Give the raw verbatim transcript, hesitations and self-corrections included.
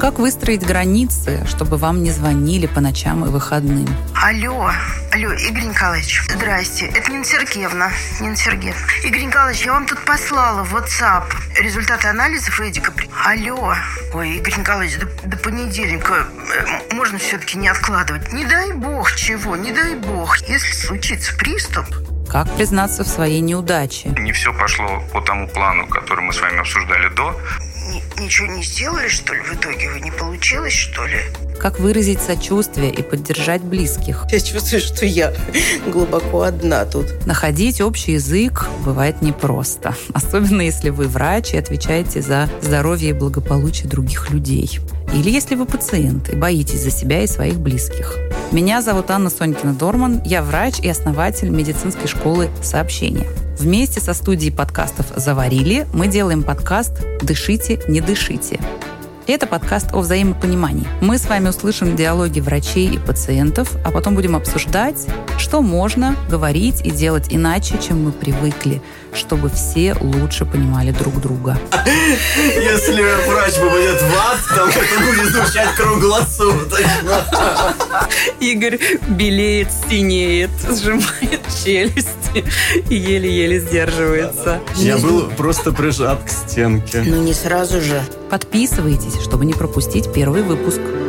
Как выстроить границы, чтобы вам не звонили по ночам и выходным? Алло, алло, Игорь Николаевич, здрасте. Это Нина Сергеевна. Нина Сергеевна. Игорь Николаевич, я вам тут послала в WhatsApp результаты анализов Эдика. Алло. Ой, Игорь Николаевич, до, до понедельника можно все-таки не откладывать. Не дай бог чего, не дай бог. Если случится приступ... Как признаться в своей неудаче? Не все пошло по тому плану, который мы с вами обсуждали до. Ничего не сделали, что ли, в итоге? Вы не получилось, что ли? Как выразить сочувствие и поддержать близких? Я чувствую, что я глубоко одна тут. Находить общий язык бывает непросто. Особенно если вы врач и отвечаете за здоровье и благополучие других людей. Или если вы пациент и боитесь за себя и своих близких. Меня зовут Анна Сонькина-Дорман. Я врач и основатель медицинской школы сообщения. Вместе со студией подкастов «Заварили» мы делаем подкаст «Дышите, не дышите». Это подкаст о взаимопонимании. Мы с вами услышим диалоги врачей и пациентов, а потом будем обсуждать, что можно говорить и делать иначе, чем мы привыкли, чтобы все лучше понимали друг друга. Если врач попадет в ад, там это будет звучать круглосуточно. Игорь белеет, синеет, сжимает челюсти и еле-еле сдерживается. Я был просто прижат к стенке. Ну не сразу же. Подписывайтесь, чтобы не пропустить первый выпуск.